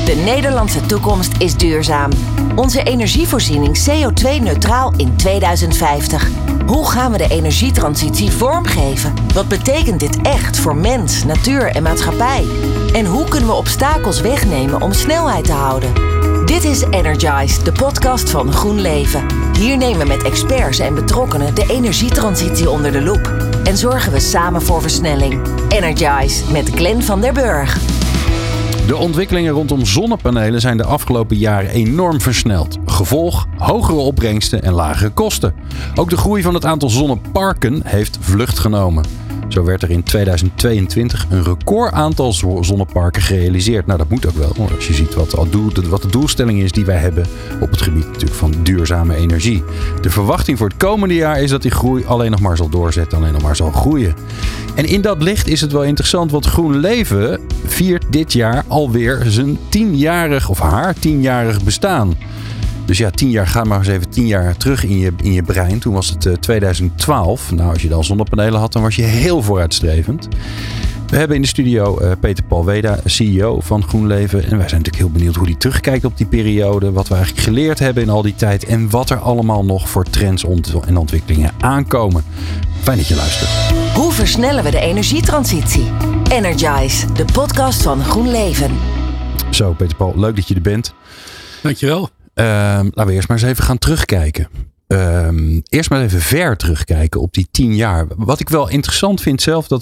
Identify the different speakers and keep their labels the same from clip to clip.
Speaker 1: De Nederlandse toekomst is duurzaam. Onze energievoorziening CO2-neutraal in 2050. Hoe gaan we de energietransitie vormgeven? Wat betekent dit echt voor mens, natuur en maatschappij? En hoe kunnen we obstakels wegnemen om snelheid te houden? Dit is Energize, de podcast van GroenLeven. Hier nemen we met experts en betrokkenen de energietransitie onder de loep. En zorgen we samen voor versnelling. Energize met Glenn van der Burg.
Speaker 2: De ontwikkelingen rondom zonnepanelen zijn de afgelopen jaren enorm versneld. Gevolg: hogere opbrengsten en lagere kosten. Ook de groei van het aantal zonneparken heeft vlucht genomen. Zo werd er in 2022 een record aantal zonneparken gerealiseerd. Nou, dat moet ook wel, als je ziet wat de doelstelling is die wij hebben op het gebied natuurlijk van duurzame energie. De verwachting voor het komende jaar is dat die groei alleen nog maar zal doorzetten, alleen nog maar zal groeien. En in dat licht is het wel interessant, want GroenLeven viert dit jaar alweer zijn 10-jarig of haar 10-jarig bestaan. Dus ja, 10 jaar, ga maar eens even 10 jaar terug in je brein. Toen was het 2012. Nou, als je dan zonnepanelen had, dan was je heel vooruitstrevend. We hebben in de studio Peter Paul Weda, CEO van GroenLeven. En wij zijn natuurlijk heel benieuwd hoe hij terugkijkt op die periode. Wat we eigenlijk geleerd hebben in al die tijd. En wat er allemaal nog voor trends en ontwikkelingen aankomen. Fijn dat je luistert.
Speaker 1: Hoe versnellen we de energietransitie? Energize, de podcast van GroenLeven.
Speaker 2: Zo, Peter Paul, leuk dat je er bent.
Speaker 3: Dankjewel.
Speaker 2: Laten we eerst maar eens even gaan terugkijken. Eerst maar even ver terugkijken op die 10 jaar. Wat ik wel interessant vind zelf, dat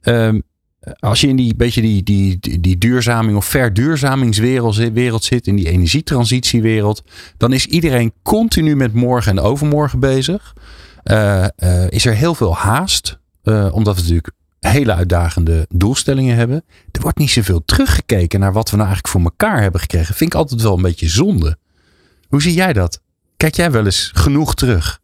Speaker 2: als je in die duurzaming of verduurzamingswereld zit, in die energietransitiewereld, dan is iedereen continu met morgen en overmorgen bezig. Is er heel veel haast, omdat we natuurlijk hele uitdagende doelstellingen hebben. Er wordt niet zoveel teruggekeken naar wat we nou eigenlijk voor elkaar hebben gekregen. Vind ik altijd wel een beetje zonde. Hoe zie jij dat? Kijk jij wel eens genoeg terug?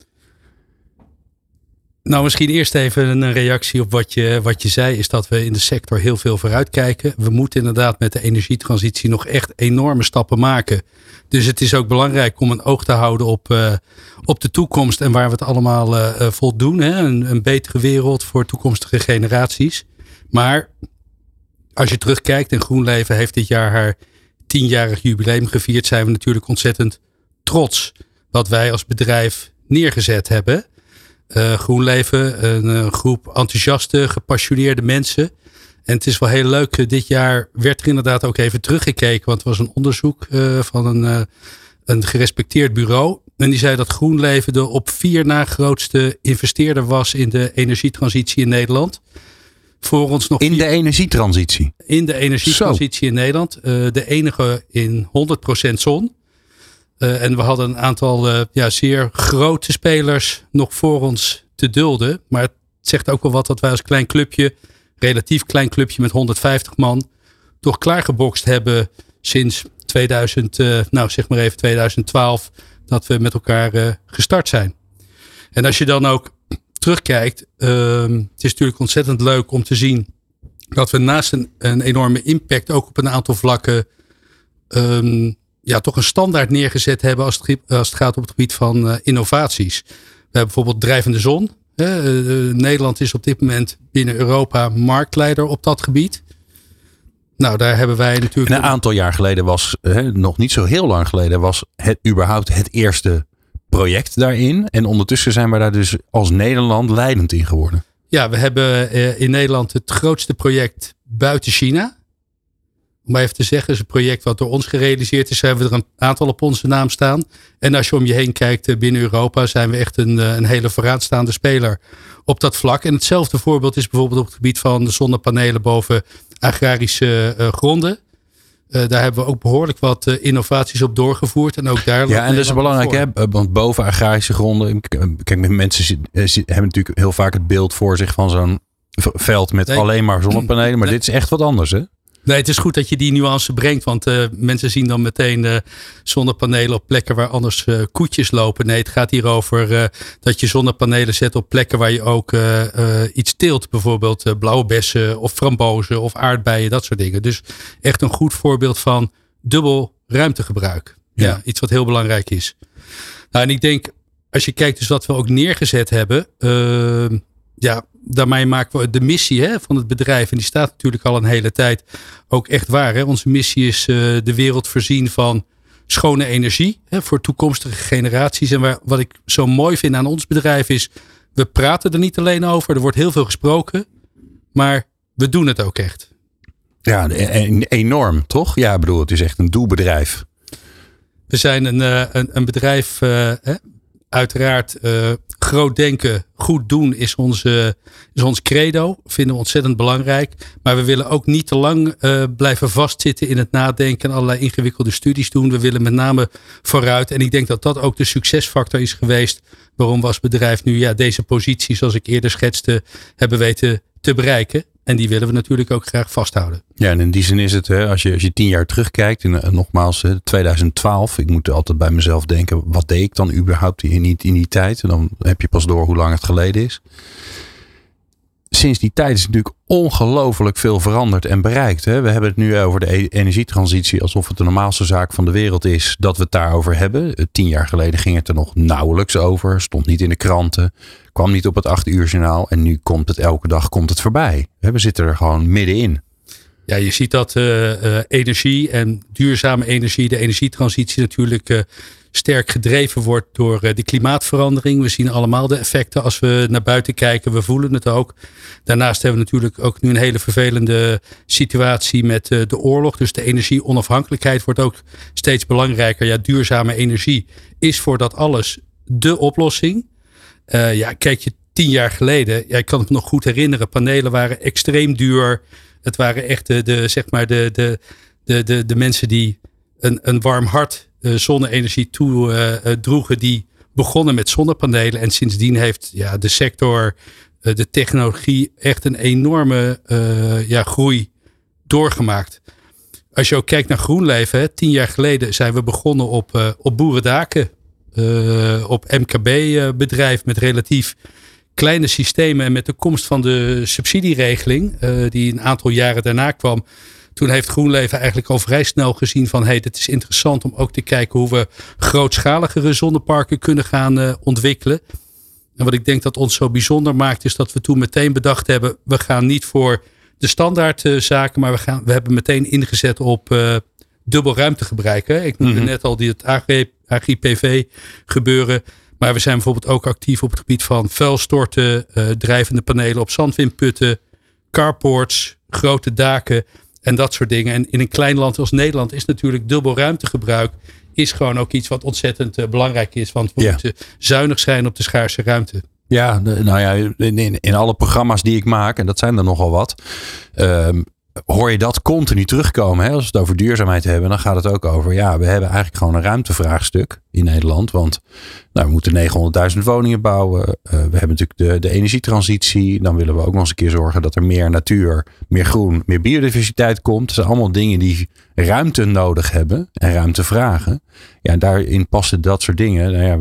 Speaker 3: Nou, misschien eerst even een reactie op wat je zei. Is dat we in de sector heel veel vooruitkijken. We moeten inderdaad met de energietransitie nog echt enorme stappen maken. Dus het is ook belangrijk om een oog te houden op de toekomst. En waar we het allemaal voor doen. Hè? Een betere wereld voor toekomstige generaties. Maar als je terugkijkt en GroenLeven heeft dit jaar haar 10-jarig jubileum gevierd. Zijn we natuurlijk ontzettend trots wat wij als bedrijf neergezet hebben. GroenLeven, een groep enthousiaste, gepassioneerde mensen. En het is wel heel leuk. Dit jaar werd er inderdaad ook even teruggekeken. Want er was een onderzoek van een gerespecteerd bureau. En die zei dat GroenLeven de op 4 na grootste investeerder was in de energietransitie in Nederland. Voor ons nog
Speaker 2: in de energietransitie?
Speaker 3: In de energietransitie in Nederland. De enige in 100% zon. En we hadden een aantal zeer grote spelers nog voor ons te dulden. Maar het zegt ook wel wat dat wij als klein clubje, relatief klein clubje met 150 man, toch klaargebokst hebben sinds 2012 dat we met elkaar gestart zijn. En als je dan ook terugkijkt, het is natuurlijk ontzettend leuk om te zien dat we naast een enorme impact ook op een aantal vlakken toch een standaard neergezet hebben als het gaat op het gebied van innovaties. We hebben bijvoorbeeld drijvende zon. Nederland is op dit moment binnen Europa marktleider op dat gebied. Nou, daar hebben wij natuurlijk...
Speaker 2: En een aantal jaar geleden was, nog niet zo heel lang geleden, was het überhaupt het eerste project daarin. En ondertussen zijn we daar dus als Nederland leidend in geworden.
Speaker 3: Ja, we hebben in Nederland het grootste project buiten China. Om maar even te zeggen, is een project wat door ons gerealiseerd is. Hebben we er een aantal op onze naam staan. En als je om je heen kijkt binnen Europa, zijn we echt een hele vooraanstaande speler op dat vlak. En hetzelfde voorbeeld is bijvoorbeeld op het gebied van de zonnepanelen boven agrarische gronden. Daar hebben we ook behoorlijk wat innovaties op doorgevoerd. En ook daar.
Speaker 2: Ja, en dat is belangrijk, hè? Want boven agrarische gronden. Kijk, mensen hebben natuurlijk heel vaak het beeld voor zich van zo'n veld met alleen maar zonnepanelen. Maar dit is echt wat anders, hè?
Speaker 3: Nee, het is goed dat je die nuance brengt. Want mensen zien dan meteen zonnepanelen op plekken waar anders koetjes lopen. Nee, het gaat hier over dat je zonnepanelen zet op plekken waar je ook iets teelt. Bijvoorbeeld blauwe bessen of frambozen of aardbeien, dat soort dingen. Dus echt een goed voorbeeld van dubbel ruimtegebruik. Ja, iets wat heel belangrijk is. Nou, en ik denk, als je kijkt dus wat we ook neergezet hebben. daarmee maken we de missie van het bedrijf. En die staat natuurlijk al een hele tijd ook echt waar. Hè? Onze missie is de wereld voorzien van schone energie. Voor toekomstige generaties. En wat ik zo mooi vind aan ons bedrijf is, we praten er niet alleen over. Er wordt heel veel gesproken. Maar we doen het ook echt.
Speaker 2: Ja, enorm, toch? Ja, ik bedoel, het is echt een doelbedrijf.
Speaker 3: We zijn een bedrijf, uiteraard groot denken, goed doen is ons credo. Vinden we ontzettend belangrijk. Maar we willen ook niet te lang blijven vastzitten in het nadenken en allerlei ingewikkelde studies doen. We willen met name vooruit. En ik denk dat dat ook de succesfactor is geweest waarom we als bedrijf nu deze positie, zoals ik eerder schetste, hebben weten te bereiken. En die willen we natuurlijk ook graag vasthouden. Ja,
Speaker 2: en in die zin is het, als je 10 jaar terugkijkt, nogmaals 2012, ik moet altijd bij mezelf denken, wat deed ik dan überhaupt in die tijd? En dan heb je pas door hoe lang het geleden is. Sinds die tijd is natuurlijk ongelooflijk veel veranderd en bereikt. Hè? We hebben het nu over de energietransitie alsof het de normaalste zaak van de wereld is dat we het daarover hebben. 10 jaar geleden ging het er nog nauwelijks over. Stond niet in de kranten. Kwam niet op het 8 uur journaal. En nu komt het elke dag voorbij. We zitten er gewoon middenin.
Speaker 3: Ja, je ziet dat energie en duurzame energie, de energietransitie natuurlijk sterk gedreven wordt door de klimaatverandering. We zien allemaal de effecten als we naar buiten kijken. We voelen het ook. Daarnaast hebben we natuurlijk ook nu een hele vervelende situatie met de oorlog. Dus de energieonafhankelijkheid wordt ook steeds belangrijker. Ja, duurzame energie is voor dat alles de oplossing. Kijk je 10 jaar geleden. Ja, ik kan het me nog goed herinneren. Panelen waren extreem duur. Het waren echt de mensen die een warm hart zonne-energie droegen, die begonnen met zonnepanelen. En sindsdien heeft de sector, de technologie echt een enorme groei doorgemaakt. Als je ook kijkt naar GroenLeven, 10 jaar geleden zijn we begonnen op boerendaken. Op MKB-bedrijf met relatief kleine systemen. En met de komst van de subsidieregeling, die een aantal jaren daarna kwam, toen heeft GroenLeven eigenlijk al vrij snel gezien van dit is interessant om ook te kijken hoe we grootschaligere zonneparken kunnen gaan ontwikkelen. En wat ik denk dat ons zo bijzonder maakt is dat we toen meteen bedacht hebben, we gaan niet voor de standaard zaken, maar we hebben meteen ingezet op dubbel ruimtegebruik. Hè? Ik noemde net al het AGPV gebeuren. Maar we zijn bijvoorbeeld ook actief op het gebied van vuilstorten, drijvende panelen op zandwindputten, carports, grote daken en dat soort dingen. En in een klein land als Nederland is natuurlijk dubbel ruimtegebruik is gewoon ook iets wat ontzettend belangrijk is. Want we moeten zuinig zijn op de schaarse ruimte.
Speaker 2: Ja, in alle programma's die ik maak, en dat zijn er nogal wat, hoor je dat continu terugkomen. Hè? Als we het over duurzaamheid hebben, dan gaat het ook over, we hebben eigenlijk gewoon een ruimtevraagstuk in Nederland. Want we moeten 900.000 woningen bouwen. We hebben natuurlijk de energietransitie. Dan willen we ook nog eens een keer zorgen dat er meer natuur, meer groen, meer biodiversiteit komt. Dat zijn allemaal dingen die ruimte nodig hebben en ruimte vragen. Ja, daarin passen dat soort dingen.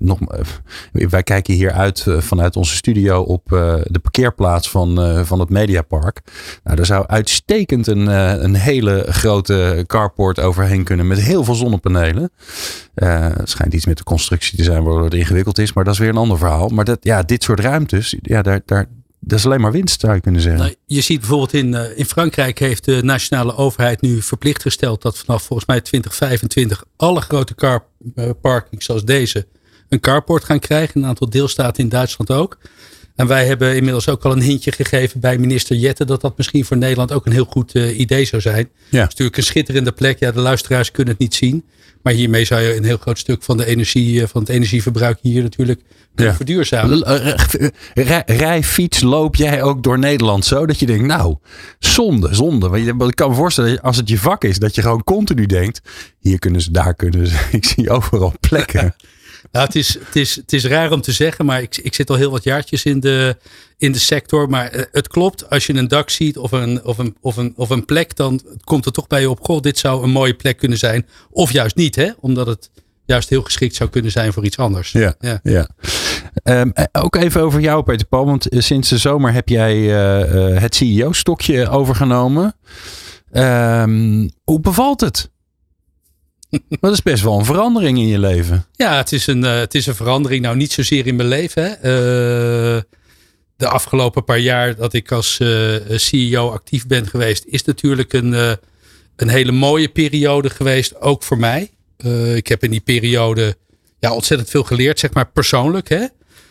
Speaker 2: Wij kijken hier uit vanuit onze studio op de parkeerplaats van het Mediapark. Nou, daar zou uitstekend een hele grote carport overheen kunnen met heel veel zonnepanelen. Het schijnt iets met de constructie te zijn waardoor het ingewikkeld is, maar dat is weer een ander verhaal. Maar dit soort ruimtes, dat is alleen maar winst, zou je kunnen zeggen.
Speaker 3: Nou, je ziet bijvoorbeeld in Frankrijk heeft de nationale overheid nu verplicht gesteld dat vanaf volgens mij 2025 alle grote carparkings zoals deze een carport gaan krijgen. Een aantal deelstaten in Duitsland ook. En wij hebben inmiddels ook al een hintje gegeven bij minister Jette dat misschien voor Nederland ook een heel goed idee zou zijn. Ja. Het is natuurlijk een schitterende plek. Ja, de luisteraars kunnen het niet zien. Maar hiermee zou je een heel groot stuk van de energie, van het energieverbruik hier natuurlijk kunnen verduurzamen.
Speaker 2: Rij, fiets, loop jij ook door Nederland zo dat je denkt, zonde. Want ik kan me voorstellen, als het je vak is, dat je gewoon continu denkt, hier kunnen ze, daar kunnen ze. Ik zie overal plekken.
Speaker 3: Nou, het is raar om te zeggen, maar ik zit al heel wat jaartjes in de sector. Maar het klopt, als je een dak ziet of een plek, dan komt het toch bij je op. Goh, dit zou een mooie plek kunnen zijn. Of juist niet, hè? Omdat het juist heel geschikt zou kunnen zijn voor iets anders.
Speaker 2: Ja. Ook even over jou, Peter Paul. Want sinds de zomer heb jij het CEO-stokje overgenomen. Hoe bevalt het? Dat is best wel een verandering in je leven.
Speaker 3: Ja, het is een verandering. Nou, niet zozeer in mijn leven. Hè. de afgelopen paar jaar dat ik als CEO actief ben geweest, is natuurlijk een hele mooie periode geweest, ook voor mij. Ik heb in die periode ontzettend veel geleerd, zeg maar persoonlijk. Hè?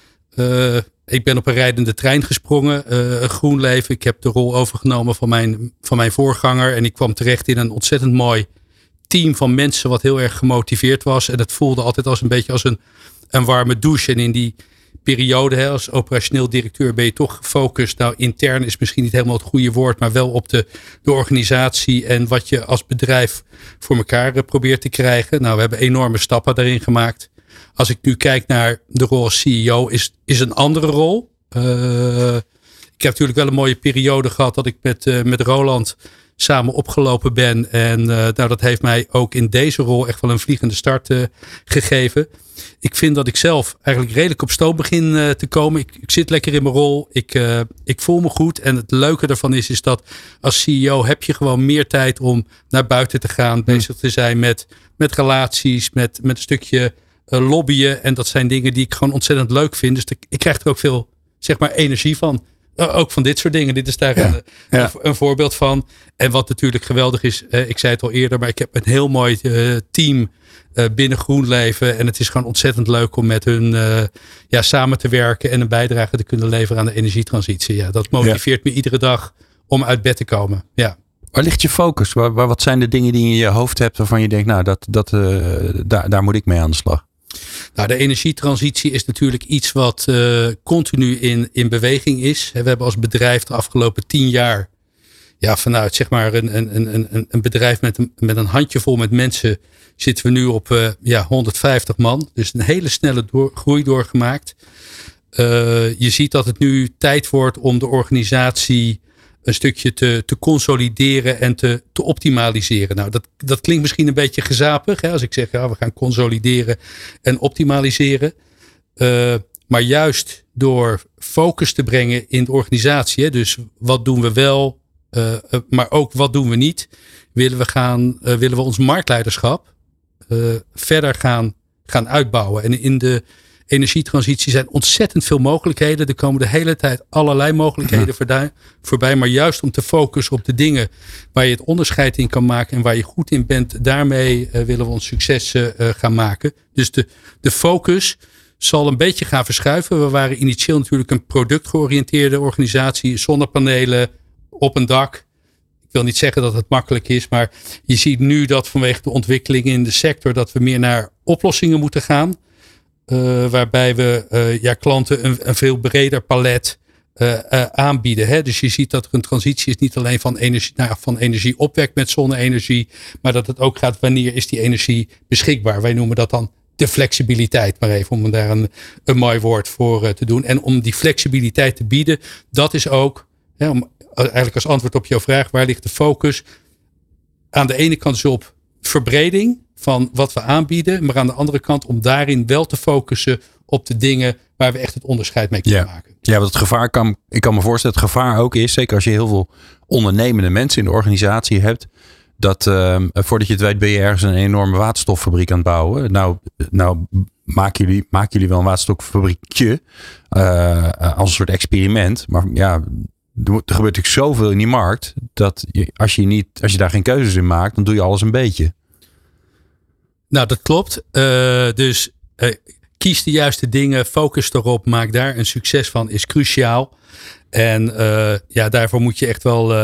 Speaker 3: Ik ben op een rijdende trein gesprongen, GroenLeven. Ik heb de rol overgenomen van mijn voorganger. En ik kwam terecht in een ontzettend mooi team van mensen wat heel erg gemotiveerd was. En het voelde altijd als een beetje als een warme douche. En in die periode als operationeel directeur ben je toch gefocust. Nou, intern is misschien niet helemaal het goede woord, maar wel op de organisatie en wat je als bedrijf voor elkaar probeert te krijgen. Nou, we hebben enorme stappen daarin gemaakt. Als ik nu kijk naar de rol als CEO, is een andere rol. Ik heb natuurlijk wel een mooie periode gehad dat ik met Roland samen opgelopen ben. En dat heeft mij ook in deze rol echt wel een vliegende start gegeven. Ik vind dat ik zelf eigenlijk redelijk op stoom begin te komen. Ik zit lekker in mijn rol. Ik voel me goed. En het leuke daarvan is dat als CEO heb je gewoon meer tijd om naar buiten te gaan. Bezig te zijn met relaties, met een stukje lobbyen. En dat zijn dingen die ik gewoon ontzettend leuk vind. Dus ik krijg er ook veel, zeg maar, energie van. Ook van dit soort dingen. Dit is daar een voorbeeld van. En wat natuurlijk geweldig is, ik zei het al eerder, maar ik heb een heel mooi team binnen GroenLeven. En het is gewoon ontzettend leuk om met hun samen te werken en een bijdrage te kunnen leveren aan de energietransitie. Ja, dat motiveert me iedere dag om uit bed te komen. Ja.
Speaker 2: Waar ligt je focus? Wat zijn de dingen die je in je hoofd hebt waarvan je denkt, nou, daar moet ik mee aan de slag?
Speaker 3: Nou, de energietransitie is natuurlijk iets wat continu in beweging is. We hebben als bedrijf de afgelopen 10 jaar vanuit zeg maar een bedrijf met een handjevol met mensen zitten we nu op 150 man. Dus een hele snelle groei doorgemaakt. Je ziet dat het nu tijd wordt om de organisatie een stukje te consolideren en te optimaliseren. Nou, dat klinkt misschien een beetje gezapig. Hè, als ik zeg, we gaan consolideren en optimaliseren. Maar juist door focus te brengen in de organisatie. Hè, dus wat doen we wel, maar ook wat doen we niet. Willen we ons marktleiderschap verder gaan uitbouwen. En in de energietransitie zijn ontzettend veel mogelijkheden. Er komen de hele tijd allerlei mogelijkheden voorbij. Maar juist om te focussen op de dingen waar je het onderscheid in kan maken en waar je goed in bent, daarmee willen we ons succes gaan maken. Dus de focus zal een beetje gaan verschuiven. We waren initieel natuurlijk een productgeoriënteerde organisatie. Zonnepanelen op een dak. Ik wil niet zeggen dat het makkelijk is, maar je ziet nu dat vanwege de ontwikkelingen in de sector dat we meer naar oplossingen moeten gaan. Waarbij we klanten een veel breder palet aanbieden. Hè? Dus je ziet dat er een transitie is niet alleen van energieopwek met zonne-energie, maar dat het ook gaat wanneer is die energie beschikbaar. Wij noemen dat dan de flexibiliteit, maar even om daar een mooi woord voor te doen. En om die flexibiliteit te bieden, dat is ook, eigenlijk als antwoord op jouw vraag, waar ligt de focus? Aan de ene kant is op verbreding van wat we aanbieden, maar aan de andere kant om daarin wel te focussen op de dingen waar we echt het onderscheid mee kunnen maken.
Speaker 2: Ja, wat het gevaar ik kan me voorstellen, het gevaar ook is, zeker als je heel veel ondernemende mensen in de organisatie hebt, dat voordat je het weet ben je ergens een enorme waterstoffabriek aan het bouwen. Nou maken jullie wel een waterstoffabriekje als een soort experiment, maar ja, er gebeurt natuurlijk zoveel in die markt dat als je daar geen keuzes in maakt, dan doe je alles een beetje.
Speaker 3: Nou, dat klopt. Dus kies de juiste dingen, focus erop, maak daar een succes van, is cruciaal. En daarvoor moet je echt wel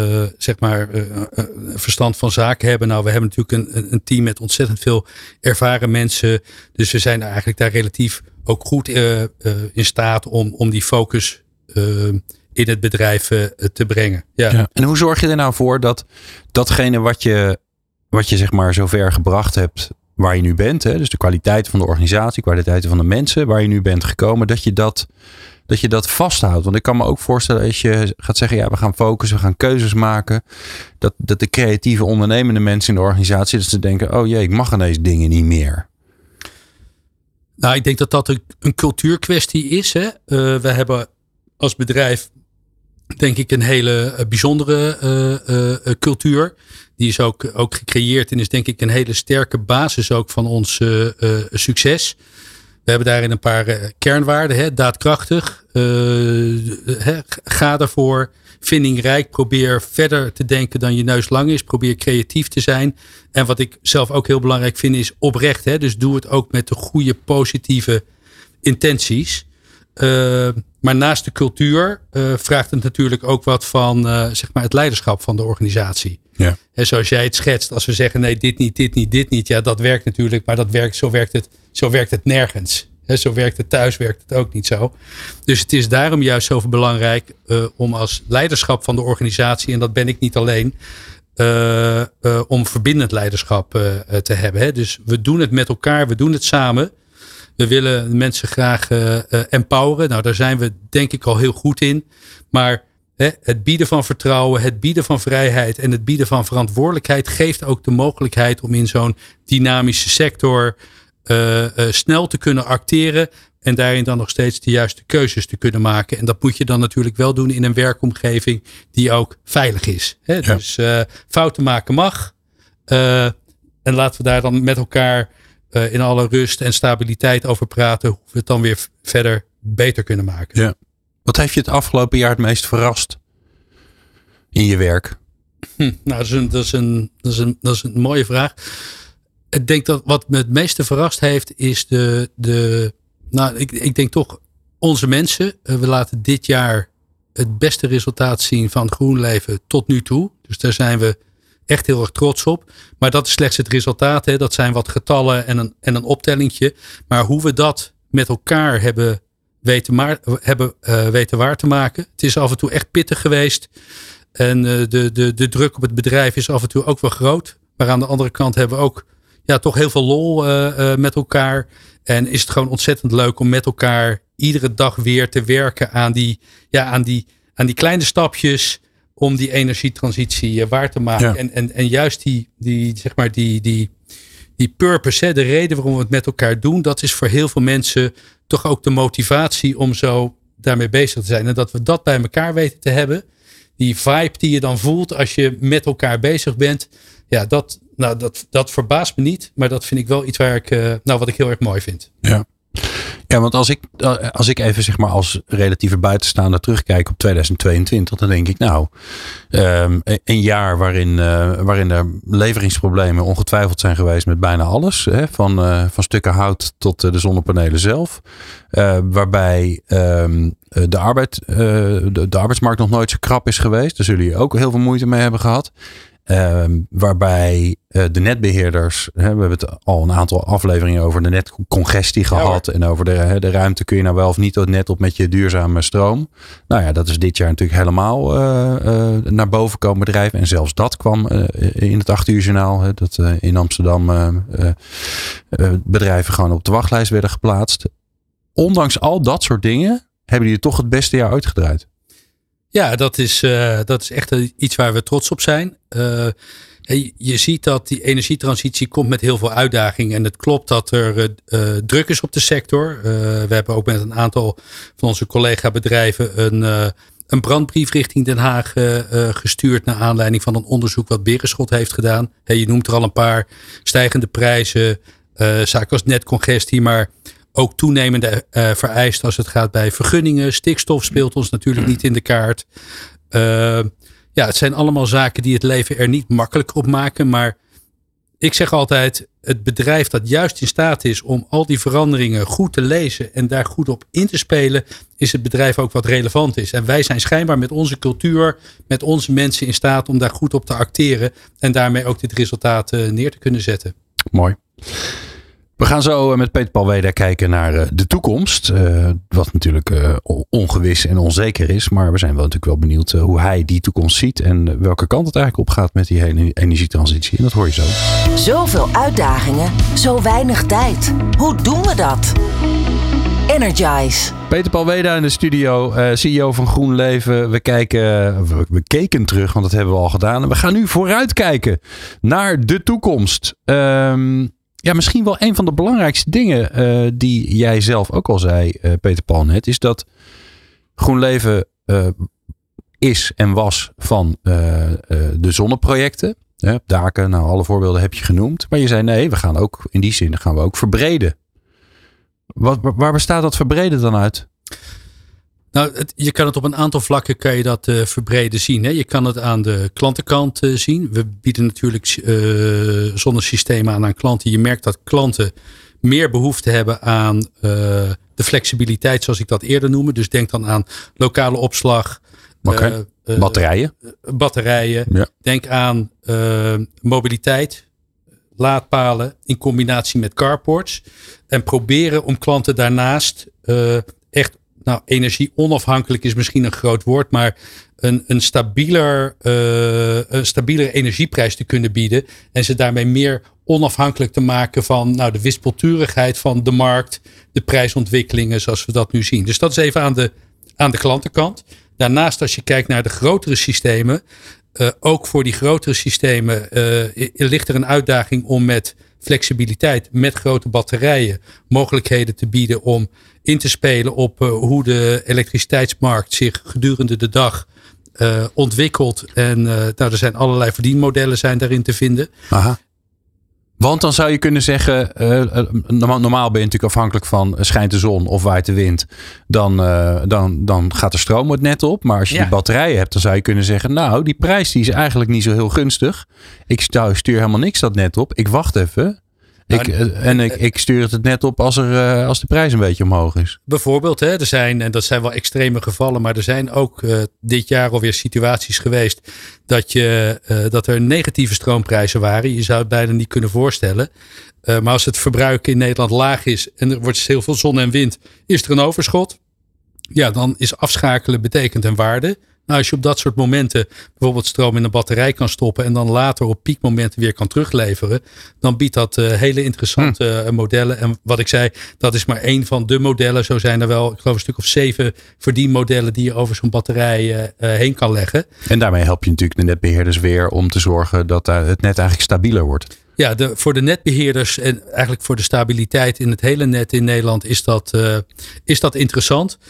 Speaker 3: verstand van zaken hebben. Nou, we hebben natuurlijk een team met ontzettend veel ervaren mensen. Dus we zijn eigenlijk daar relatief ook goed in staat om die focus in het bedrijf te brengen. Ja.
Speaker 2: En hoe zorg je er nou voor dat datgene wat je zeg maar zover gebracht hebt waar je nu bent, hè, dus de kwaliteit van de organisatie, kwaliteit van de mensen waar je nu bent gekomen, dat je dat vasthoudt? Want ik kan me ook voorstellen als je gaat zeggen, we gaan focussen, we gaan keuzes maken, dat de creatieve ondernemende mensen in de organisatie, dat ze denken, oh jee, ik mag ineens dingen niet meer.
Speaker 3: Nou, ik denk dat een cultuurkwestie is. Hè. We hebben als bedrijf denk ik een hele bijzondere cultuur. Die is ook gecreëerd en is denk ik een hele sterke basis ook van ons succes. We hebben daarin een paar kernwaarden. Daadkrachtig. Ga ervoor. Vindingrijk. Probeer verder te denken dan je neus lang is. Probeer creatief te zijn. En wat ik zelf ook heel belangrijk vind is oprecht. Dus doe het ook met de goede positieve intenties. Maar naast de cultuur vraagt het natuurlijk ook wat van zeg maar het leiderschap van de organisatie. Ja. En zoals jij het schetst, als we zeggen nee, dit niet. Ja, dat werkt natuurlijk, maar zo werkt het nergens. Zo werkt het thuis, werkt het ook niet zo. Dus het is daarom juist zoveel belangrijk om als leiderschap van de organisatie, en dat ben ik niet alleen, om verbindend leiderschap te hebben. Dus we doen het met elkaar, we doen het samen. We willen mensen graag empoweren. Nou, daar zijn we denk ik al heel goed in. Maar het bieden van vertrouwen, het bieden van vrijheid en het bieden van verantwoordelijkheid geeft ook de mogelijkheid om in zo'n dynamische sector snel te kunnen acteren en daarin dan nog steeds de juiste keuzes te kunnen maken. En dat moet je dan natuurlijk wel doen in een werkomgeving die ook veilig is. Ja. Dus fouten maken mag. En laten we daar dan met elkaar in alle rust en stabiliteit over praten hoe we het dan weer verder beter kunnen maken. Ja.
Speaker 2: Wat heeft je het afgelopen jaar het meest verrast in je werk?
Speaker 3: Nou, dat is een mooie vraag. Ik denk dat wat me het meeste verrast heeft is ik denk toch onze mensen. We laten dit jaar het beste resultaat zien van GroenLeven tot nu toe. Dus daar zijn we echt heel erg trots op. Maar dat is slechts het resultaat. Dat zijn wat getallen en een optellingje. Maar hoe we dat met elkaar hebben weten waar te maken. Het is af en toe echt pittig geweest. En de druk op het bedrijf is af en toe ook wel groot. Maar aan de andere kant hebben we ook toch heel veel lol met elkaar. En is het gewoon ontzettend leuk om met elkaar iedere dag weer te werken aan die kleine stapjes om die energietransitie waar te maken. Ja. En juist die purpose, de reden waarom we het met elkaar doen, dat is voor heel veel mensen toch ook de motivatie om zo daarmee bezig te zijn. En dat we dat bij elkaar weten te hebben. Die vibe die je dan voelt als je met elkaar bezig bent. Ja, dat verbaast me niet. Maar dat vind ik wel iets wat ik heel erg mooi vind.
Speaker 2: Ja, want als ik even zeg maar als relatieve buitenstaander terugkijk op 2022, dan denk ik een jaar waarin er leveringsproblemen ongetwijfeld zijn geweest met bijna alles. Van stukken hout tot de zonnepanelen zelf. Waarbij de arbeidsmarkt nog nooit zo krap is geweest. Daar zullen jullie ook heel veel moeite mee hebben gehad. Waarbij de netbeheerders, we hebben het al een aantal afleveringen over de netcongestie gehad. Ja, en over de ruimte kun je nou wel of niet het net op met je duurzame stroom. Nou ja, dat is dit jaar natuurlijk helemaal naar boven komen drijven. En zelfs dat kwam in het 8 uur journaal. Dat in Amsterdam bedrijven gewoon op de wachtlijst werden geplaatst. Ondanks al dat soort dingen hebben jullie toch het beste jaar uitgedraaid.
Speaker 3: Ja, dat is echt iets waar we trots op zijn. Je ziet dat die energietransitie komt met heel veel uitdagingen. En het klopt dat er druk is op de sector. We hebben ook met een aantal van onze collega-bedrijven een brandbrief richting Den Haag gestuurd naar aanleiding van een onderzoek wat Berenschot heeft gedaan. Je noemt er al een paar: stijgende prijzen, zaken als netcongestie, maar ook toenemende vereisten als het gaat bij vergunningen. Stikstof speelt ons natuurlijk niet in de kaart. Het zijn allemaal zaken die het leven er niet makkelijker op maken. Maar ik zeg altijd, het bedrijf dat juist in staat is om al die veranderingen goed te lezen en daar goed op in te spelen, is het bedrijf ook wat relevant is. En wij zijn schijnbaar met onze cultuur, met onze mensen in staat om daar goed op te acteren en daarmee ook dit resultaat neer te kunnen zetten.
Speaker 2: Mooi. We gaan zo met Peter Paul Weda kijken naar de toekomst. Wat natuurlijk ongewis en onzeker is. Maar we zijn wel natuurlijk wel benieuwd hoe hij die toekomst ziet. En welke kant het eigenlijk op gaat met die hele energietransitie. En dat hoor je zo.
Speaker 1: Zoveel uitdagingen, zo weinig tijd. Hoe doen we dat? Energize.
Speaker 2: Peter Paul Weda in de studio, CEO van GroenLeven. We keken terug, want dat hebben we al gedaan. En we gaan nu vooruitkijken naar de toekomst. Ja, misschien wel een van de belangrijkste dingen die jij zelf ook al zei, Peter Paul net, is dat GroenLeven is en was van de zonneprojecten. Daken, alle voorbeelden heb je genoemd. Maar je zei nee, we gaan ook in die zin gaan we ook verbreden. Waar bestaat dat verbreden dan uit?
Speaker 3: Nou, je kan het op een aantal vlakken kan je dat verbreden zien. Hè? Je kan het aan de klantenkant zien. We bieden natuurlijk zonnesystemen aan klanten. Je merkt dat klanten meer behoefte hebben aan de flexibiliteit, zoals ik dat eerder noemde. Dus denk dan aan lokale opslag. Batterijen. Ja. Denk aan mobiliteit. Laadpalen in combinatie met carports. En proberen om klanten daarnaast echt, energie onafhankelijk is misschien een groot woord, maar een stabieler energieprijs te kunnen bieden. En ze daarmee meer onafhankelijk te maken van de wispelturigheid van de markt, de prijsontwikkelingen zoals we dat nu zien. Dus dat is even aan de klantenkant. Daarnaast, als je kijkt naar de grotere systemen, ook voor die grotere systemen ligt er een uitdaging om met flexibiliteit, met grote batterijen, mogelijkheden te bieden om in te spelen op hoe de elektriciteitsmarkt zich gedurende de dag ontwikkelt. En er zijn allerlei verdienmodellen zijn daarin te vinden.
Speaker 2: Aha. Want dan zou je kunnen zeggen, normaal ben je natuurlijk afhankelijk van schijnt de zon of waait de wind. Dan gaat de stroom het net op. Maar als je die batterijen hebt, dan zou je kunnen zeggen, die prijs die is eigenlijk niet zo heel gunstig. Ik stuur helemaal niks dat net op. Ik wacht even. Ik stuur het net op als de prijs een beetje omhoog is.
Speaker 3: Bijvoorbeeld, er zijn, en dat zijn wel extreme gevallen, maar er zijn ook dit jaar alweer situaties geweest dat er negatieve stroomprijzen waren. Je zou het bijna niet kunnen voorstellen. Maar als het verbruik in Nederland laag is en er wordt heel veel zon en wind, is er een overschot. Ja, dan is afschakelen betekent een waarde. Als je op dat soort momenten bijvoorbeeld stroom in een batterij kan stoppen en dan later op piekmomenten weer kan terugleveren, dan biedt dat hele interessante modellen. En wat ik zei, dat is maar één van de modellen. Zo zijn er wel, ik geloof, een stuk of 7 verdienmodellen die je over zo'n batterij heen kan leggen.
Speaker 2: En daarmee help je natuurlijk de netbeheerders weer om te zorgen dat het net eigenlijk stabieler wordt.
Speaker 3: Ja, voor de netbeheerders en eigenlijk voor de stabiliteit in het hele net in Nederland is dat interessant.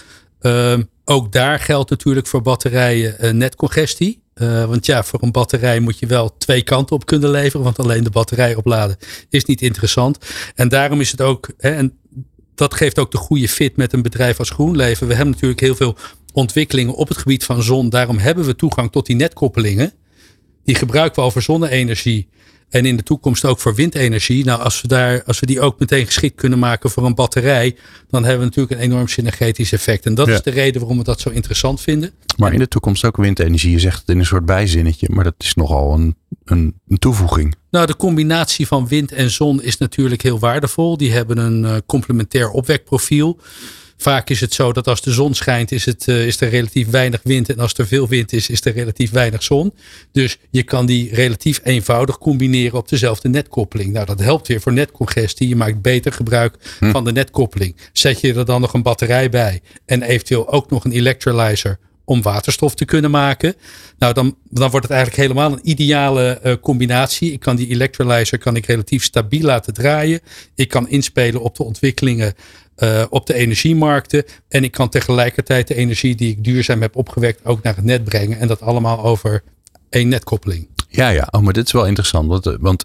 Speaker 3: Ook daar geldt natuurlijk voor batterijen netcongestie. Want voor een batterij moet je wel 2 kanten op kunnen leveren. Want alleen de batterij opladen is niet interessant. En daarom is het ook, en dat geeft ook de goede fit met een bedrijf als GroenLeven. We hebben natuurlijk heel veel ontwikkelingen op het gebied van zon. Daarom hebben we toegang tot die netkoppelingen. Die gebruiken we al voor zonne-energie. En in de toekomst ook voor windenergie. Als we die ook meteen geschikt kunnen maken voor een batterij, dan hebben we natuurlijk een enorm synergetisch effect. En dat is de reden waarom we dat zo interessant vinden.
Speaker 2: Maar in de toekomst ook windenergie. Je zegt het in een soort bijzinnetje, maar dat is nogal een toevoeging.
Speaker 3: De combinatie van wind en zon is natuurlijk heel waardevol. Die hebben een complementair opwekprofiel. Vaak is het zo dat als de zon schijnt is er relatief weinig wind. En als er veel wind is er relatief weinig zon. Dus je kan die relatief eenvoudig combineren op dezelfde netkoppeling. Dat helpt weer voor netcongestie. Je maakt beter gebruik van de netkoppeling. Zet je er dan nog een batterij bij en eventueel ook nog een electrolyzer om waterstof te kunnen maken. Dan wordt het eigenlijk helemaal een ideale combinatie. Ik kan die electrolyzer relatief stabiel laten draaien. Ik kan inspelen op de ontwikkelingen op de energiemarkten. En ik kan tegelijkertijd de energie die ik duurzaam heb opgewekt ook naar het net brengen. En dat allemaal over 1 netkoppeling.
Speaker 2: Ja. Maar dit is wel interessant. Want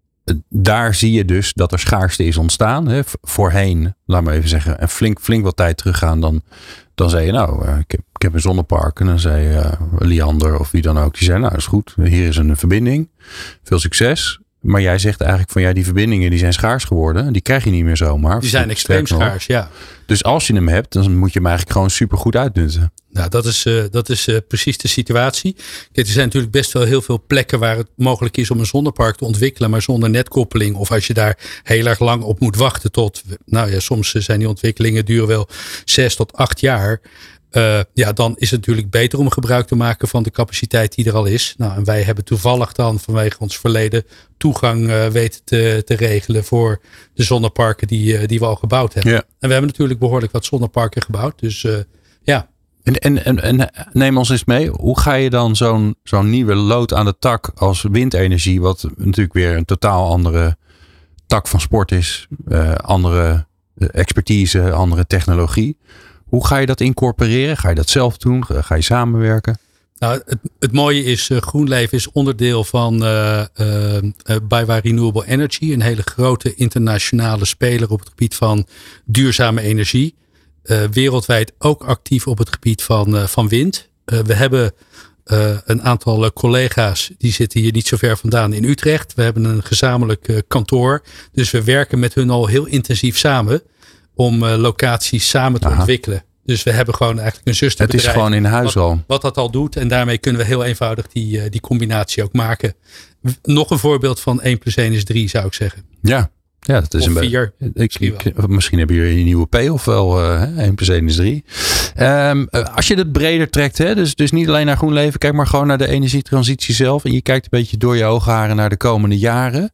Speaker 2: daar zie je dus dat er schaarste is ontstaan. Hè. Voorheen, laat maar even zeggen, en flink wat tijd teruggaan. Dan zei je, ik heb een zonnepark. En dan zei Liander of wie dan ook. Die zei, dat is goed. Hier is een verbinding. Veel succes. Maar jij zegt eigenlijk van die verbindingen die zijn schaars geworden. Die krijg je niet meer zomaar.
Speaker 3: Die zijn extreem schaars, ja.
Speaker 2: Dus als je hem hebt, dan moet je hem eigenlijk gewoon supergoed uitnutten.
Speaker 3: Dat is precies de situatie. Kijk, er zijn natuurlijk best wel heel veel plekken waar het mogelijk is om een zonnepark te ontwikkelen, maar zonder netkoppeling. Of als je daar heel erg lang op moet wachten tot, soms zijn die ontwikkelingen duren wel 6 tot 8 jaar. Dan is het natuurlijk beter om gebruik te maken van de capaciteit die er al is. En wij hebben toevallig dan vanwege ons verleden toegang weten te regelen voor de zonneparken die we al gebouwd hebben. Ja. En we hebben natuurlijk behoorlijk wat zonneparken gebouwd. Dus
Speaker 2: En neem ons eens mee. Hoe ga je dan zo'n nieuwe lood aan de tak als windenergie, wat natuurlijk weer een totaal andere tak van sport is, andere expertise, andere technologie. Hoe ga je dat incorporeren? Ga je dat zelf doen? Ga je samenwerken?
Speaker 3: Nou, het mooie is, GroenLeven is onderdeel van BayWa Renewable Energy. Een hele grote internationale speler op het gebied van duurzame energie. Wereldwijd ook actief op het gebied van wind. We hebben een aantal collega's, die zitten hier niet zo ver vandaan in Utrecht. We hebben een gezamenlijk kantoor. Dus we werken met hun al heel intensief samen om locaties samen te ontwikkelen. Dus we hebben gewoon eigenlijk een zusterbedrijf.
Speaker 2: Het is gewoon in huis al.
Speaker 3: Wat dat al doet. En daarmee kunnen we heel eenvoudig die combinatie ook maken. Nog een voorbeeld van 1 + 1 is 3 zou ik zeggen.
Speaker 2: Ja, dat is
Speaker 3: of 4.
Speaker 2: Misschien hebben jullie een nieuwe P of wel 1 + 1 is 3. Als je het breder trekt, hè, dus niet alleen naar GroenLeven. Kijk maar gewoon naar de energietransitie zelf. En je kijkt een beetje door je oogharen naar de komende jaren.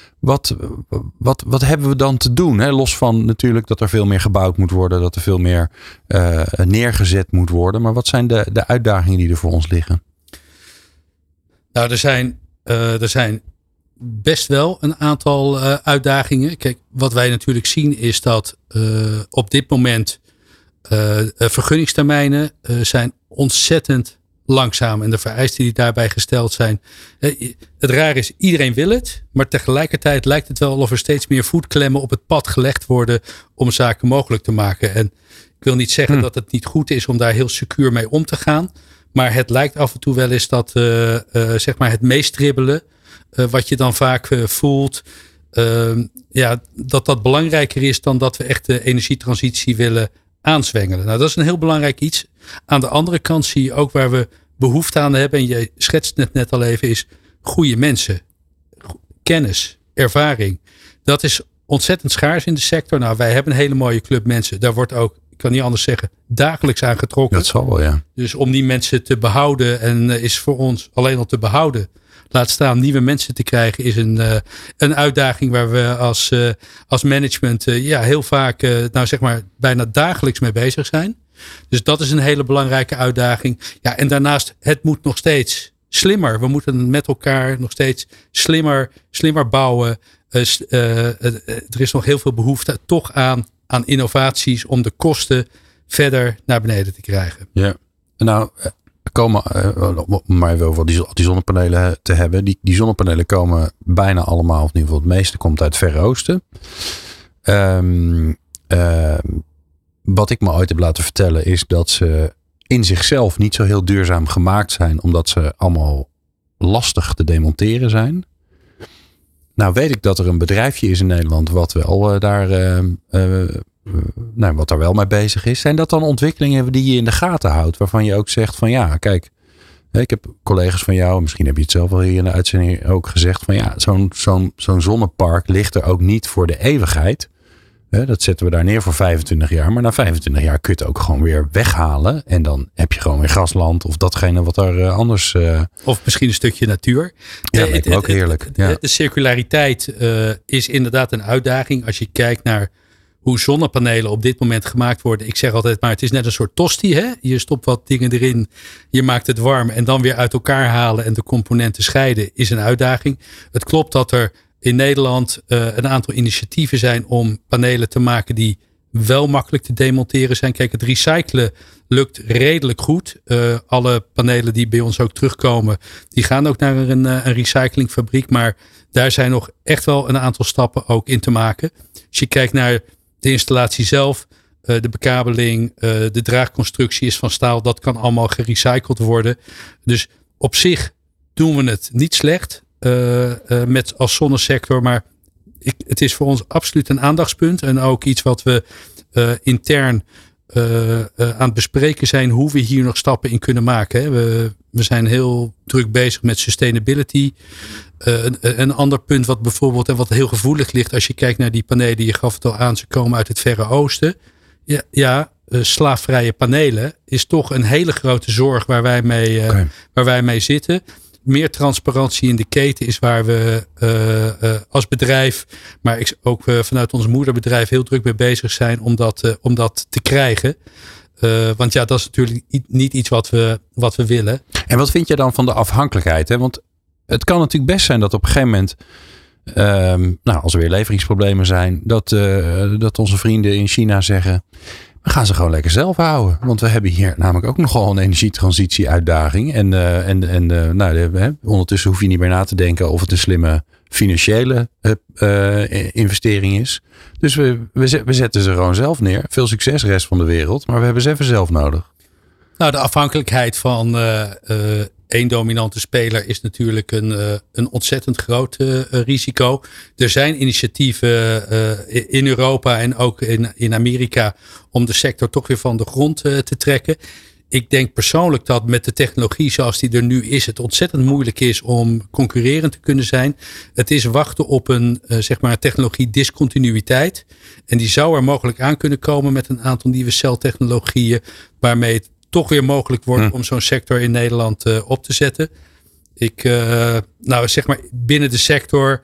Speaker 2: Wat hebben we dan te doen? Hè? Los van natuurlijk dat er veel meer gebouwd moet worden. Dat er veel meer neergezet moet worden. Maar wat zijn de uitdagingen die er voor ons liggen?
Speaker 3: Nou, er zijn best wel een aantal uitdagingen. Kijk, wat wij natuurlijk zien is dat op dit moment vergunningstermijnen zijn ontzettend langzaam. En de vereisten die daarbij gesteld zijn. Het raar is, iedereen wil het. Maar tegelijkertijd lijkt het wel of er steeds meer voetklemmen op het pad gelegd worden om zaken mogelijk te maken. En ik wil niet zeggen dat het niet goed is om daar heel secuur mee om te gaan. Maar het lijkt af en toe wel eens dat zeg maar het meestribbelen, wat je dan vaak voelt, dat belangrijker is dan dat we echt de energietransitie willen aanzwengelen. Nou, dat is een heel belangrijk iets. Aan de andere kant zie je ook waar we behoefte aan hebben. En je schetst het net al even, is goede mensen. Kennis, ervaring. Dat is ontzettend schaars in de sector. Nou, wij hebben een hele mooie club mensen. Daar wordt ook, ik kan niet anders zeggen, dagelijks aan getrokken.
Speaker 2: Dat zal wel, ja.
Speaker 3: Dus om die mensen te behouden en is voor ons alleen al te behouden. Laat staan nieuwe mensen te krijgen is een uitdaging waar we als management heel vaak zeg maar bijna dagelijks mee bezig zijn. Dus dat is een hele belangrijke uitdaging. Ja, en daarnaast, het moet nog steeds slimmer. We moeten met elkaar nog steeds slimmer bouwen. Er is nog heel veel behoefte toch aan innovaties om de kosten verder naar beneden te krijgen.
Speaker 2: Ja, nou, komen, om maar even over die zonnepanelen te hebben. Die zonnepanelen komen bijna allemaal, of in ieder geval het meeste komt uit het Verre Oosten. Wat ik me ooit heb laten vertellen is dat ze in zichzelf niet zo heel duurzaam gemaakt zijn, omdat ze allemaal lastig te demonteren zijn. Nou weet ik dat er een bedrijfje is in Nederland wat wel wat daar wel mee bezig is. Zijn dat dan ontwikkelingen die je in de gaten houdt? Waarvan je ook zegt van ja, kijk, ik heb collega's van jou, misschien heb je het zelf wel hier in de uitzending ook gezegd van ja, zo'n zonnepark ligt er ook niet voor de eeuwigheid. Dat zetten we daar neer voor 25 jaar. Maar na 25 jaar kun je het ook gewoon weer weghalen. En dan heb je gewoon weer grasland of datgene wat er anders...
Speaker 3: Of misschien een stukje natuur.
Speaker 2: Ja, lijkt me ook heerlijk. Ja.
Speaker 3: De circulariteit is inderdaad een uitdaging. Als je kijkt naar hoe zonnepanelen op dit moment gemaakt worden. Ik zeg altijd maar, het is net een soort tosti. Hè? Je stopt wat dingen erin. Je maakt het warm en dan weer uit elkaar halen. En de componenten scheiden is een uitdaging. Het klopt dat er in Nederland een aantal initiatieven zijn om panelen te maken die wel makkelijk te demonteren zijn. Kijk, het recyclen lukt redelijk goed. Alle panelen die bij ons ook terugkomen, die gaan ook naar een recyclingfabriek. Maar daar zijn nog echt wel een aantal stappen ook in te maken. Als je kijkt naar de installatie zelf, de bekabeling, de draagconstructie is van staal. Dat kan allemaal gerecycled worden. Dus op zich doen we het niet slecht. Met als zonnesector, maar het is voor ons absoluut een aandachtspunt en ook iets wat we intern aan het bespreken zijn, hoe we hier nog stappen in kunnen maken. Hè. We zijn heel druk bezig met sustainability. Een ander punt wat bijvoorbeeld en wat heel gevoelig ligt als je kijkt naar die panelen, je gaf het al aan, ze komen uit het Verre Oosten. Slaafvrije panelen is toch een hele grote zorg waar wij mee zitten. Meer transparantie in de keten is waar we als bedrijf, maar ook vanuit ons moederbedrijf heel druk mee bezig zijn om dat te krijgen. Want ja, dat is natuurlijk niet iets wat we willen.
Speaker 2: En wat vind je dan van de afhankelijkheid? Hè? Want het kan natuurlijk best zijn dat op een gegeven moment, als er weer leveringsproblemen zijn, dat onze vrienden in China zeggen, we gaan ze gewoon lekker zelf houden. Want we hebben hier namelijk ook nogal een energietransitie-uitdaging. Ondertussen hoef je niet meer na te denken of het een slimme financiële investering is. Dus we zetten ze gewoon zelf neer. Veel succes, rest van de wereld. Maar we hebben ze even zelf nodig.
Speaker 3: Nou, de afhankelijkheid van één dominante speler is natuurlijk een ontzettend groot risico. Er zijn initiatieven in Europa en ook in Amerika om de sector toch weer van de grond te trekken. Ik denk persoonlijk dat met de technologie zoals die er nu is, het ontzettend moeilijk is om concurrerend te kunnen zijn. Het is wachten op een technologie discontinuïteit. En die zou er mogelijk aan kunnen komen met een aantal nieuwe celtechnologieën, waarmee het toch weer mogelijk wordt om zo'n sector in Nederland op te zetten. Binnen de sector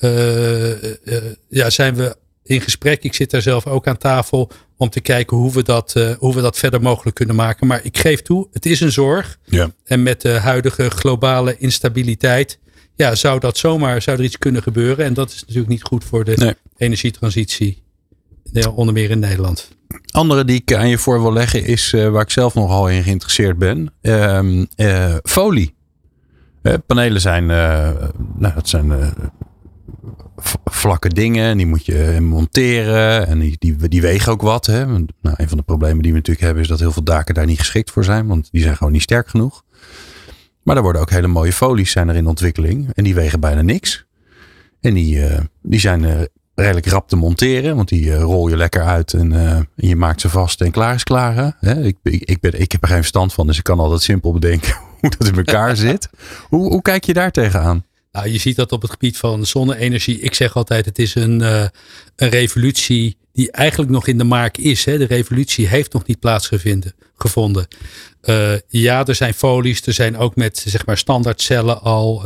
Speaker 3: zijn we in gesprek. Ik zit daar zelf ook aan tafel om te kijken hoe we dat verder mogelijk kunnen maken. Maar ik geef toe, het is een zorg. Ja. En met de huidige globale instabiliteit zou er iets kunnen gebeuren. En dat is natuurlijk niet goed voor de energietransitie. Onder meer in Nederland.
Speaker 2: Andere die ik aan je voor wil leggen is waar ik zelf nogal in geïnteresseerd ben. Folie. Panelen zijn, dat zijn vlakke dingen. En die moet je monteren. En die wegen ook wat. Hè. Nou, een van de problemen die we natuurlijk hebben is dat heel veel daken daar niet geschikt voor zijn. Want die zijn gewoon niet sterk genoeg. Maar er worden ook hele mooie folies zijn er in ontwikkeling. En die wegen bijna niks. En die zijn redelijk rap te monteren. Want die rol je lekker uit en je maakt ze vast en klaar is klaar. Hè? Ik heb er geen verstand van, dus ik kan altijd simpel bedenken hoe dat in elkaar zit. Hoe kijk je daar tegenaan?
Speaker 3: Nou, je ziet dat op het gebied van zonne-energie. Ik zeg altijd, het is een revolutie die eigenlijk nog in de maak is. Hè? De revolutie heeft nog niet plaatsgevonden. Er zijn folies. Er zijn ook met standaard cellen al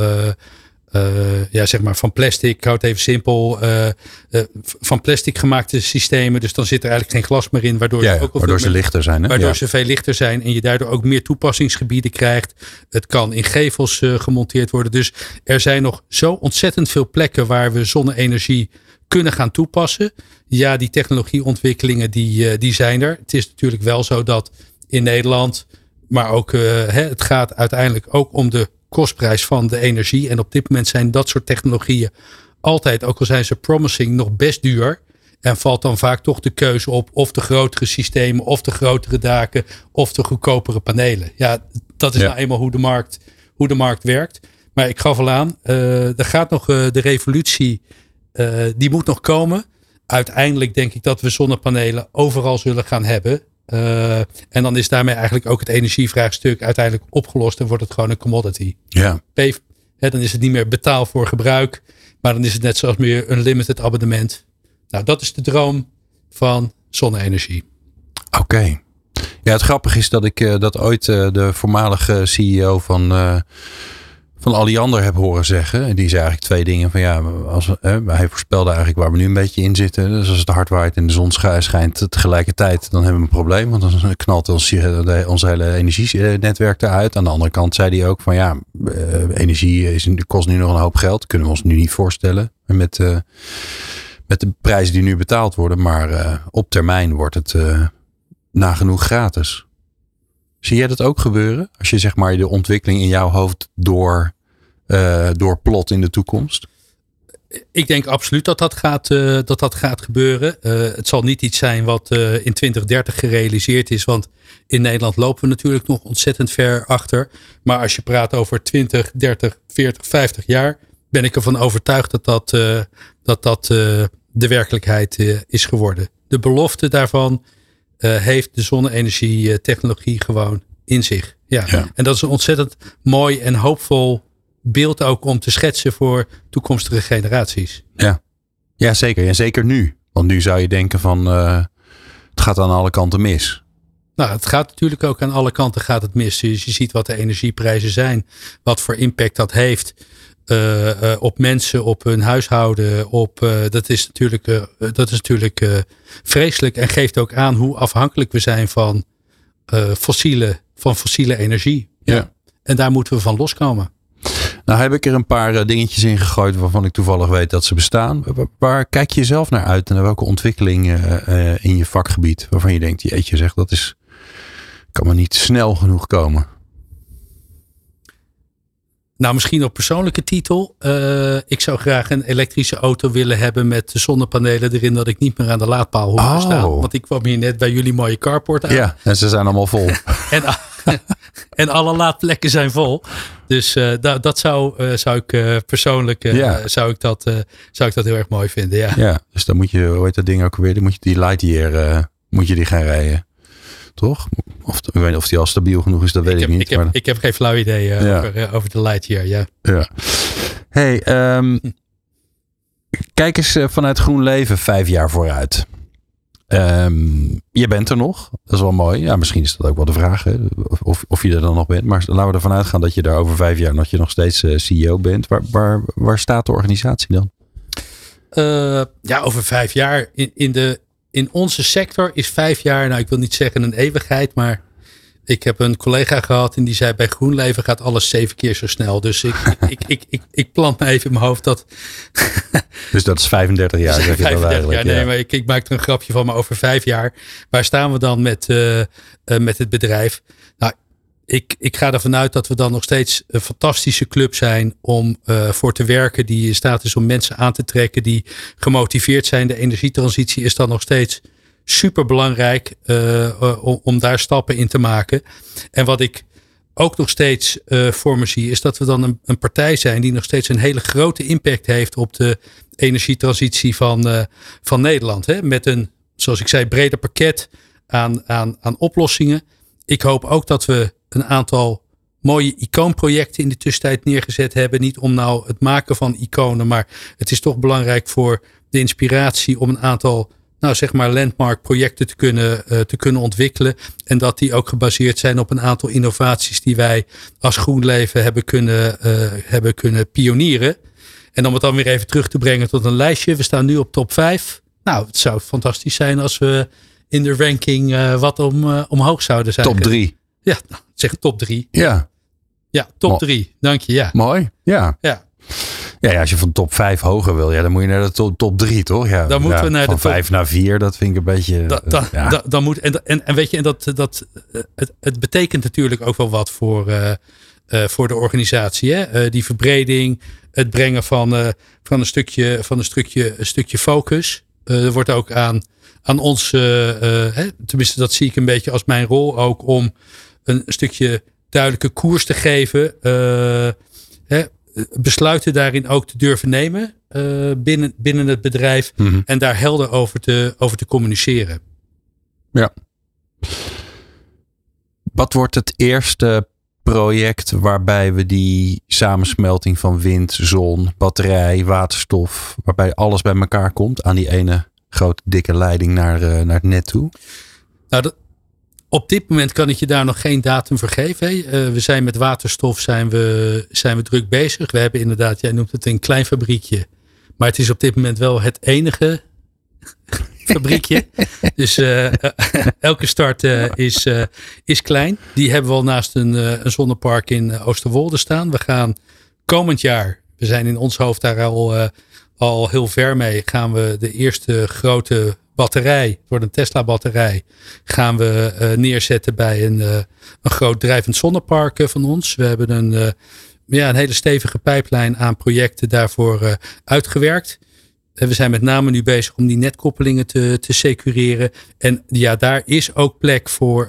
Speaker 3: van plastic. Ik hou het even simpel. Van plastic gemaakte systemen. Dus dan zit er eigenlijk geen glas meer in.
Speaker 2: Waardoor ze lichter zijn. Hè?
Speaker 3: Waardoor ze veel lichter zijn. En je daardoor ook meer toepassingsgebieden krijgt. Het kan in gevels gemonteerd worden. Dus er zijn nog zo ontzettend veel plekken waar we zonne-energie kunnen gaan toepassen. Ja, die technologieontwikkelingen die zijn er. Het is natuurlijk wel zo dat in Nederland, maar ook het gaat uiteindelijk ook om de kostprijs van de energie. En op dit moment zijn dat soort technologieën altijd, ook al zijn ze promising, nog best duur. En valt dan vaak toch de keuze op of de grotere systemen, of de grotere daken, of de goedkopere panelen. Ja, dat is nou eenmaal hoe de markt werkt. Maar ik gaf al aan, er gaat nog de revolutie, die moet nog komen. Uiteindelijk denk ik dat we zonnepanelen overal zullen gaan hebben. En dan is daarmee eigenlijk ook het energievraagstuk uiteindelijk opgelost en wordt het gewoon een commodity. Ja. Dan is het niet meer betaal voor gebruik, maar dan is het net zoals meer een limited abonnement. Nou, dat is de droom van zonne-energie.
Speaker 2: Oké. Ja, het grappige is dat ik dat ooit de voormalige CEO van Alliander heb horen zeggen. En die zei eigenlijk twee dingen. Van hij voorspelde eigenlijk waar we nu een beetje in zitten. Dus als het hard waait en de zon schijnt tegelijkertijd, dan hebben we een probleem. Want dan knalt ons hele energienetwerk eruit. Aan de andere kant zei hij ook van energie kost nu nog een hoop geld. Kunnen we ons nu niet voorstellen. Met de prijzen die nu betaald worden. Maar op termijn wordt het nagenoeg gratis. Zie jij dat ook gebeuren? Als je de ontwikkeling in jouw hoofd doorplot in de toekomst?
Speaker 3: Ik denk absoluut dat dat gaat gebeuren. Het zal niet iets zijn wat in 2030 gerealiseerd is. Want in Nederland lopen we natuurlijk nog ontzettend ver achter. Maar als je praat over 20, 30, 40, 50 jaar, ben ik ervan overtuigd dat de werkelijkheid is geworden. De belofte daarvan heeft de zonne-energie technologie gewoon in zich. Ja. En dat is een ontzettend mooi en hoopvol beeld ook om te schetsen voor toekomstige generaties. Ja, zeker. En zeker nu. Want nu zou je denken van het gaat aan alle kanten mis. Nou, het gaat natuurlijk ook aan alle kanten gaat het mis. Dus je ziet wat de energieprijzen zijn. Wat voor impact dat heeft op mensen, op hun huishouden. Dat is natuurlijk vreselijk. En geeft ook aan hoe afhankelijk we zijn van fossiele energie. Ja. En daar moeten we van loskomen.
Speaker 2: Nou heb ik er een paar dingetjes in gegooid waarvan ik toevallig weet dat ze bestaan. Waar kijk je zelf naar uit en naar welke ontwikkeling in je vakgebied waarvan je denkt, jeetje zeg, kan maar niet snel genoeg komen?
Speaker 3: Nou, misschien op persoonlijke titel. Ik zou graag een elektrische auto willen hebben met de zonnepanelen erin, dat ik niet meer aan de laadpaal hoef te staan. Want ik kwam hier net bij jullie mooie carport aan.
Speaker 2: Ja, en ze zijn allemaal vol.
Speaker 3: En alle laadplekken zijn vol. Dus dat zou ik persoonlijk zou ik dat heel erg mooi vinden. Ja,
Speaker 2: dus dan moet je, hoe heet dat ding ook weer? Dan moet je die Lightyear die gaan rijden. Toch? Of ik weet niet of die al stabiel genoeg is, dat weet ik niet.
Speaker 3: Ik heb geen flauw idee over de Lightyear. Ja.
Speaker 2: Hey, kijk eens vanuit GroenLeven 5 jaar vooruit. Je bent er nog. Dat is wel mooi. Ja, misschien is dat ook wel de vraag. Hè? Of je er dan nog bent. Maar laten we ervan uitgaan dat je daar over 5 jaar dat je nog steeds CEO bent. Waar staat de organisatie dan?
Speaker 3: Over 5 jaar. In onze sector is 5 jaar, nou ik wil niet zeggen een eeuwigheid, maar ik heb een collega gehad en die zei bij GroenLeven gaat alles 7 keer zo snel. Dus ik plant me even in mijn hoofd dat...
Speaker 2: Dus dat is 35 jaar.
Speaker 3: 35 jaar, nee, maar ik maak er een grapje van, maar over 5 jaar, waar staan we dan met het bedrijf? Nou, ik ga ervan uit dat we dan nog steeds een fantastische club zijn om voor te werken, die in staat is om mensen aan te trekken die gemotiveerd zijn. De energietransitie is dan nog steeds super belangrijk om daar stappen in te maken. En wat ik ook nog steeds voor me zie, is dat we dan een partij zijn die nog steeds een hele grote impact heeft op de energietransitie van Nederland. Hè? Met een, zoals ik zei, breder pakket aan oplossingen. Ik hoop ook dat we een aantal mooie icoonprojecten in de tussentijd neergezet hebben. Niet om nou het maken van iconen, maar het is toch belangrijk voor de inspiratie om een aantal, nou zeg maar, landmark projecten te kunnen ontwikkelen. En dat die ook gebaseerd zijn op een aantal innovaties die wij als GroenLeven hebben kunnen pionieren. En om het dan weer even terug te brengen tot een lijstje. We staan nu op top 5. Nou, het zou fantastisch zijn als we in de ranking wat omhoog zouden zijn.
Speaker 2: Top 3.
Speaker 3: Ja, zeg top 3.
Speaker 2: Ja.
Speaker 3: Ja, top 3. Dank je. Ja.
Speaker 2: Mooi. Ja. Ja, als je van top 5 hoger wil, dan moet je naar de top 3, toch? Ja,
Speaker 3: dan moeten we naar
Speaker 2: van
Speaker 3: de top
Speaker 2: 5 naar 4, dat vind ik een beetje...
Speaker 3: Dan moet, en weet je, het betekent natuurlijk ook wel wat voor de organisatie. Hè? Die verbreding, het brengen van een stukje focus. Er wordt ook aan ons, tenminste dat zie ik een beetje als mijn rol ook, om een stukje duidelijke koers te geven. Besluiten daarin ook te durven nemen binnen het bedrijf. Mm-hmm. En daar helder over te communiceren.
Speaker 2: Ja. Wat wordt het eerste project waarbij we die samensmelting van wind, zon, batterij, waterstof, waarbij alles bij elkaar komt aan die ene grote dikke leiding naar het net toe?
Speaker 3: Nou, op dit moment kan ik je daar nog geen datum voor geven. We zijn met waterstof zijn we druk bezig. We hebben inderdaad, jij noemt het een klein fabriekje. Maar het is op dit moment wel het enige fabriekje. Dus elke start is klein. Die hebben we al naast een zonnepark in Oosterwolde staan. We gaan komend jaar, we zijn in ons hoofd daar al heel ver mee, gaan we de eerste grote batterij, het wordt een Tesla batterij, gaan we neerzetten bij een groot drijvend zonnepark van ons. We hebben een hele stevige pijplijn aan projecten daarvoor uitgewerkt. En we zijn met name nu bezig om die netkoppelingen te secureren. En ja, daar is ook plek voor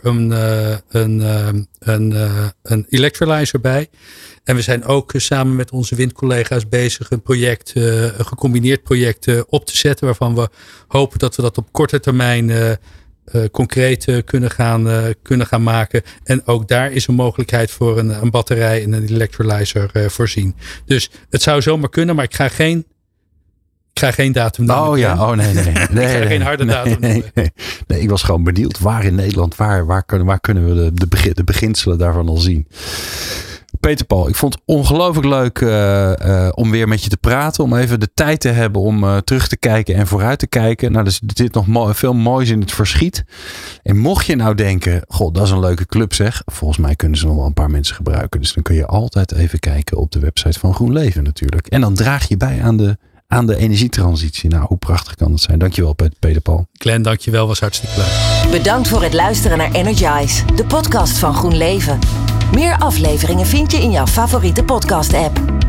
Speaker 3: een electrolyzer bij. En we zijn ook samen met onze windcollega's bezig een gecombineerd project op te zetten, waarvan we hopen dat we dat op korte termijn concreet kunnen gaan maken. En ook daar is een mogelijkheid voor een batterij en een electrolyzer voorzien. Dus het zou zomaar kunnen, maar ik ga geen datum noemen.
Speaker 2: Oh ja, nee.
Speaker 3: Ik ga geen harde datum noemen.
Speaker 2: Nee, ik was gewoon benieuwd waar in Nederland, waar kunnen we de beginselen daarvan al zien. Peter Paul, ik vond het ongelooflijk leuk om weer met je te praten. Om even de tijd te hebben om terug te kijken en vooruit te kijken. Nou, er zit nog veel moois in het verschiet. En mocht je nou denken, god, dat is een leuke club zeg. Volgens mij kunnen ze nog wel een paar mensen gebruiken. Dus dan kun je altijd even kijken op de website van GroenLeven natuurlijk. En dan draag je bij aan de energietransitie. Nou, hoe prachtig kan dat zijn? Dankjewel, Peter Paul.
Speaker 3: Glenn, dankjewel. Was hartstikke leuk.
Speaker 1: Bedankt voor het luisteren naar Energize, de podcast van GroenLeven. Meer afleveringen vind je in jouw favoriete podcast-app.